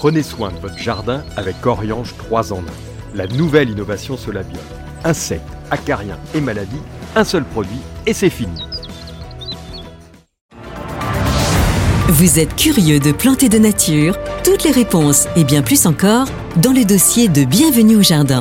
Prenez soin de votre jardin avec Oriange 3 en 1. La nouvelle innovation Solabiol. Insectes, acariens et maladies, un seul produit et c'est fini. Vous êtes curieux de plantes et de nature? Toutes les réponses et bien plus encore dans le dossier de Bienvenue au Jardin.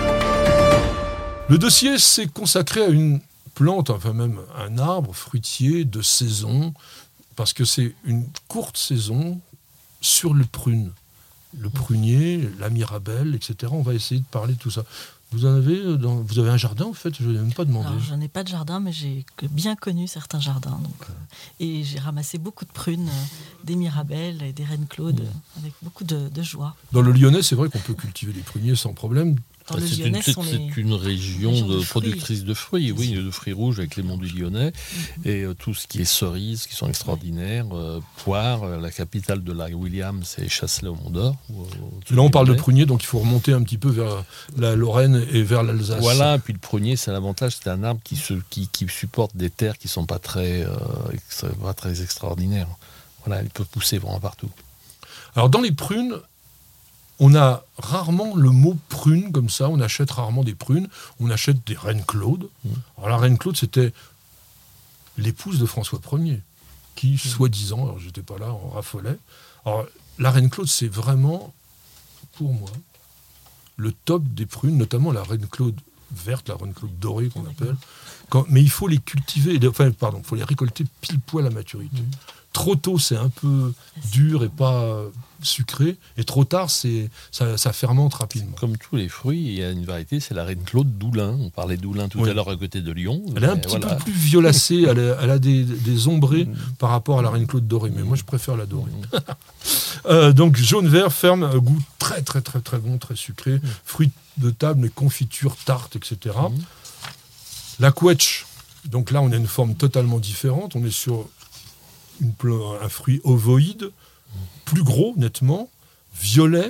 Le dossier s'est consacré à une plante, enfin même un arbre fruitier de saison, parce que c'est une courte saison sur le prune. Le prunier, la mirabelle, etc. On va essayer de parler de tout ça. Vous avez un jardin, en fait? Je ne l'ai même pas demandé. Alors, je n'ai pas de jardin, mais j'ai bien connu certains jardins. Et j'ai ramassé beaucoup de prunes, des mirabelles et des reines claudes, avec beaucoup de joie. Dans le Lyonnais, c'est vrai qu'on peut cultiver des pruniers sans problème. C'est une région productrice de fruits, oui, de fruits rouges avec les monts du Lyonnais. Et tout ce qui est cerises, qui sont extraordinaires, poires, la capitale de la William, c'est Chasselet au Mont d'Or. Là, on parle de prunier, donc il faut remonter un petit peu vers la Lorraine et vers l'Alsace. Voilà, et puis le prunier, c'est l'avantage, c'est un arbre qui supporte des terres qui ne sont pas très extraordinaires. Voilà, il peut pousser vraiment partout. Alors, dans les prunes, on a rarement le mot prune comme ça, on achète rarement des prunes, on achète des reines Claude. Alors la reine Claude, c'était l'épouse de François Ier, qui, soi-disant, alors j'étais pas là, en raffolait. Alors la reine Claude, c'est vraiment, pour moi, le top des prunes, notamment la reine Claude verte, la reine Claude dorée qu'on appelle. Mais il faut les cultiver, il faut les récolter pile poil à maturité. Trop tôt, c'est un peu dur et pas sucré. Et trop tard, ça fermente rapidement. Comme tous les fruits, il y a une variété, c'est la reine Claude d'Oulin. On parlait d'Oulin tout à l'heure à côté de Lyon. Elle est un petit peu plus violacée, elle a des ombrés par rapport à la reine Claude dorée. Mais moi, je préfère la dorée. Donc, jaune-vert, ferme, un goût très, très, très, très bon, très sucré. Fruits de table, mais confitures, tartes, etc. La quetch, donc là, on a une forme totalement différente. On est sur un fruit ovoïde, plus gros, nettement, violet,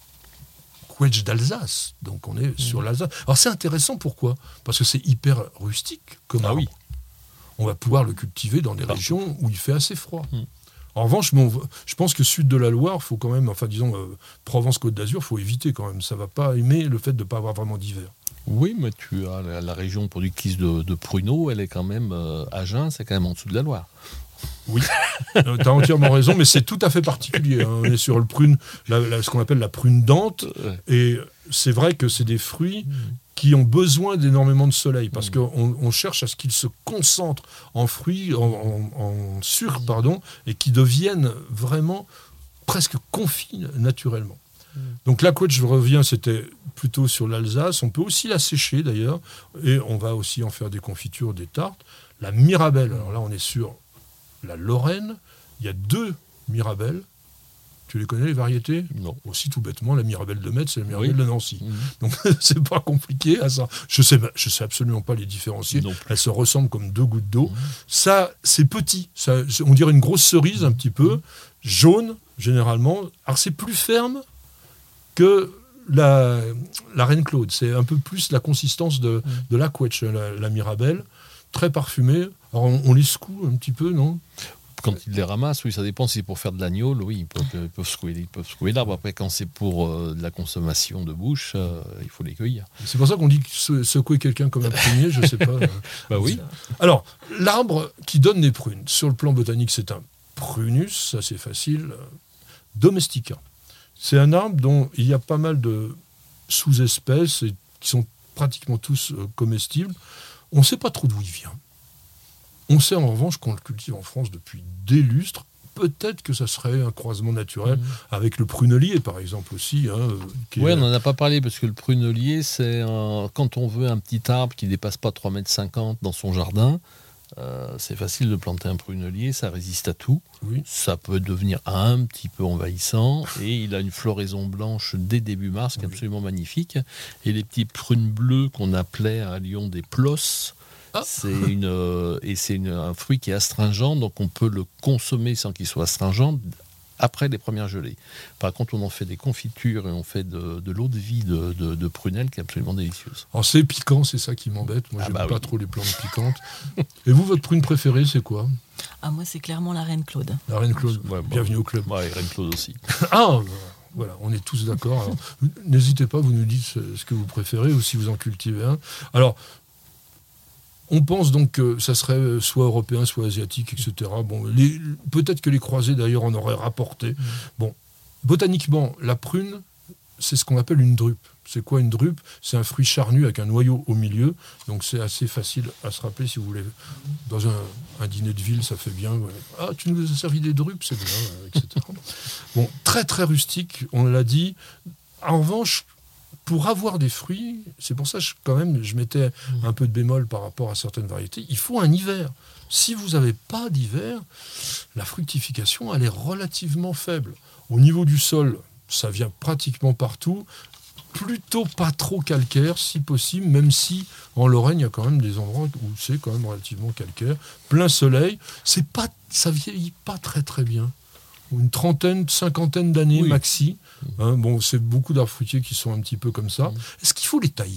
quetch d'Alsace. Donc on est sur l'Alsace. Alors c'est intéressant, pourquoi? Parce que c'est hyper rustique comme arbre. Oui. On va pouvoir le cultiver dans des régions où il fait assez froid. En revanche, je pense que sud de la Loire, faut quand même, Provence-Côte d'Azur, il faut éviter quand même. Ça ne va pas aimer le fait de ne pas avoir vraiment d'hiver. Oui, mais tu as la région productrice de pruneaux, elle est quand même, Agen, c'est quand même en dessous de la Loire. Oui, tu as entièrement raison, mais c'est tout à fait particulier. On est sur le prune, ce qu'on appelle la prune dente, et c'est vrai que c'est des fruits qui ont besoin d'énormément de soleil, parce qu'on cherche à ce qu'ils se concentrent en fruits, en sucre, et qui deviennent vraiment presque confits naturellement. Donc la quetch, je reviens, c'était plutôt sur l'Alsace. On peut aussi la sécher d'ailleurs, et on va aussi en faire des confitures, des tartes. La mirabelle, alors là on est sur la Lorraine, il y a 2 mirabelles. Tu les connais, les variétés? Non. Aussi tout bêtement, la mirabelle de Metz et la mirabelle de Nancy. Donc c'est pas compliqué à ça. Je sais absolument pas les différencier. Elles se ressemblent comme 2 gouttes d'eau. Ça, c'est petit. Ça, on dirait une grosse cerise un petit peu, jaune généralement. Alors c'est plus ferme que la reine Claude. C'est un peu plus la consistance de la quetch, la mirabelle. Très parfumée. Alors on les secoue un petit peu, non? Quand ils les ramassent, oui, ça dépend. Si c'est pour faire de l'agnole, oui, ils peuvent secouer l'arbre. Après, quand c'est pour de la consommation de bouche, il faut les cueillir. C'est pour ça qu'on dit que secouer quelqu'un comme un prunier, je ne sais pas. Bah oui. Alors, l'arbre qui donne des prunes, sur le plan botanique, c'est un prunus, ça c'est facile. Domestica. C'est un arbre dont il y a pas mal de sous-espèces et qui sont pratiquement tous comestibles. On ne sait pas trop d'où il vient. On sait en revanche qu'on le cultive en France depuis des lustres. Peut-être que ça serait un croisement naturel avec le prunelier, par exemple, aussi. Oui, on n'en a pas parlé, parce que le prunelier, c'est quand on veut un petit arbre qui ne dépasse pas 3,50 m dans son jardin, c'est facile de planter un prunelier, ça résiste à tout. Oui. Ça peut devenir un petit peu envahissant, et il a une floraison blanche dès début mars, qui est absolument magnifique. Et les petits prunes bleues qu'on appelait à Lyon des plosses, c'est un fruit qui est astringent, donc on peut le consommer sans qu'il soit astringent après les premières gelées. Par contre, on en fait des confitures et on fait de l'eau de vie de prunelle qui est absolument délicieuse. Alors c'est piquant, c'est ça qui m'embête. Moi, j'aime pas trop les plantes piquantes. Et vous, votre prune préférée, c'est quoi? Moi, c'est clairement la reine Claude. La reine Claude, bienvenue au club. Ouais, reine Claude aussi. Voilà, on est tous d'accord. Alors, n'hésitez pas, vous nous dites ce que vous préférez ou si vous en cultivez un. Alors, on pense donc que ça serait soit européen, soit asiatique, etc. Bon, peut-être que les croisés, d'ailleurs, en auraient rapporté. Bon, botaniquement, la prune, c'est ce qu'on appelle une drupe. C'est quoi une drupe ? C'est un fruit charnu avec un noyau au milieu. Donc c'est assez facile à se rappeler si vous voulez. Dans un dîner de ville, ça fait bien. Ouais. Ah, tu nous as servi des drupes, c'est bien, etc. Bon, très très rustique, on l'a dit. En revanche, pour avoir des fruits, c'est pour ça que je mettais un peu de bémol par rapport à certaines variétés, il faut un hiver. Si vous n'avez pas d'hiver, la fructification, elle est relativement faible. Au niveau du sol, ça vient pratiquement partout. Plutôt pas trop calcaire, si possible, même si en Lorraine, il y a quand même des endroits où c'est quand même relativement calcaire. Plein soleil, ça vieillit pas très très bien. Une cinquantaine d'années maxi. Bon, c'est beaucoup d'arbres fruitiers qui sont un petit peu comme ça. Est-ce qu'il faut les tailler ?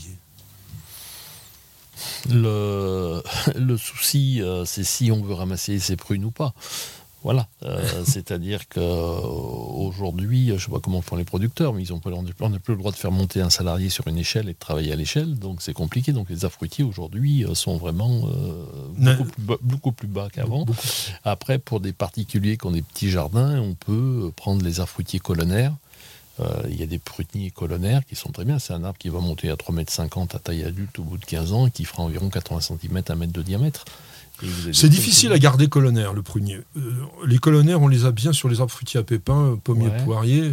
Le souci, c'est si on veut ramasser ses prunes ou pas. Voilà, c'est-à-dire qu'aujourd'hui, je ne sais pas comment font les producteurs, mais on n'a plus le droit de faire monter un salarié sur une échelle et de travailler à l'échelle, donc c'est compliqué. Donc les arbres fruitiers aujourd'hui sont vraiment beaucoup plus bas qu'avant. Après, pour des particuliers qui ont des petits jardins, on peut prendre les arbres fruitiers colonnaires. Il y a des pruniers colonnaires qui sont très bien. C'est un arbre qui va monter à 3,50 m à taille adulte au bout de 15 ans et qui fera environ 80 cm, 1 mètre de diamètre. C'est difficile à garder colonnaire, le prunier. Les colonnaires, on les a bien sur les arbres fruitiers à pépins, pommiers, poiriers.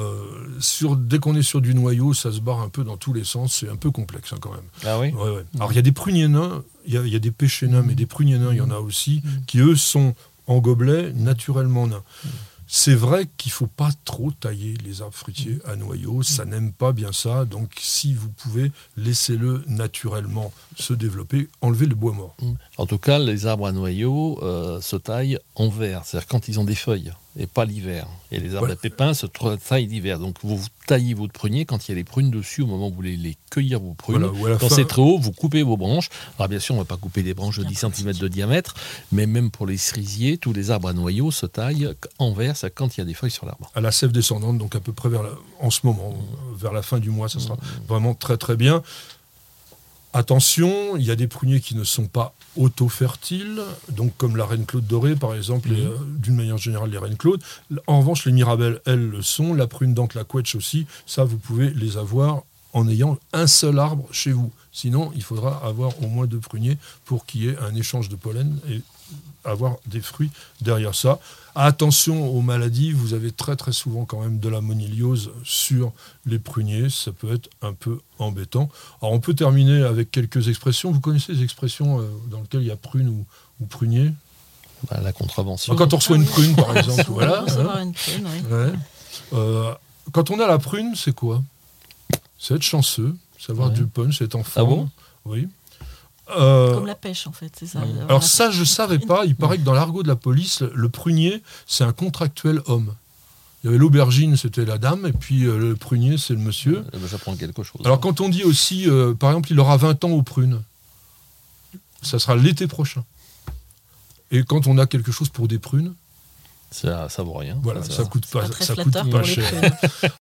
Dès qu'on est sur du noyau, ça se barre un peu dans tous les sens. C'est un peu complexe quand même. Ah oui. Ouais. Alors il y a des pruniers nains, il y a des pêchers nains, mais des pruniers nains, il y en a aussi, qui eux sont en gobelet, naturellement nains. C'est vrai qu'il ne faut pas trop tailler les arbres fruitiers à noyaux, ça n'aime pas bien ça, donc si vous pouvez, laissez-le naturellement se développer, enlevez le bois mort. En tout cas, les arbres à noyaux se taillent en vert, c'est-à-dire quand ils ont des feuilles, et pas l'hiver. Et les arbres à pépins se taillent l'hiver, donc vous taillez votre prunier quand il y a les prunes dessus, au moment où vous voulez les cueillir, vos prunes. Quand c'est très haut, vous coupez vos branches. Alors bien sûr, on ne va pas couper des branches de 10 cm de diamètre, mais même pour les cerisiers, tous les arbres à noyaux se taillent en vert, c'est quand il y a des feuilles sur l'arbre. À la sève descendante, donc à peu près en ce moment, vers la fin du mois, ça sera vraiment très très bien. Attention, il y a des pruniers qui ne sont pas auto-fertiles, donc comme la reine Claude dorée par exemple, et d'une manière générale les reines Claude. En revanche, les mirabelles, elles le sont, la prune dente, la couetche aussi, ça vous pouvez les avoir en ayant un seul arbre chez vous. Sinon, il faudra avoir au moins 2 pruniers pour qu'il y ait un échange de pollen et avoir des fruits derrière ça. Attention aux maladies, vous avez très très souvent quand même de la moniliose sur les pruniers, ça peut être un peu embêtant. Alors on peut terminer avec quelques expressions. Vous connaissez les expressions dans lesquelles il y a prune ou prunier ? La contravention. Quand on reçoit une prune par exemple, voilà. Une prune, oui. Quand on a la prune, c'est quoi ? C'est être chanceux, c'est avoir du punch, c'est être en forme. Ah bon ? Oui. Comme la pêche, en fait, c'est ça. Alors ça, je ne savais pas. Il paraît que dans l'argot de la police, le prunier, c'est un contractuel homme. Il y avait l'aubergine, c'était la dame, et puis le prunier, c'est le monsieur. J'apprends quelque chose. Alors quand on dit aussi, par exemple, il aura 20 ans aux prunes, ça sera l'été prochain. Et quand on a quelque chose pour des prunes, ça vaut rien. Voilà, ça coûte pas cher.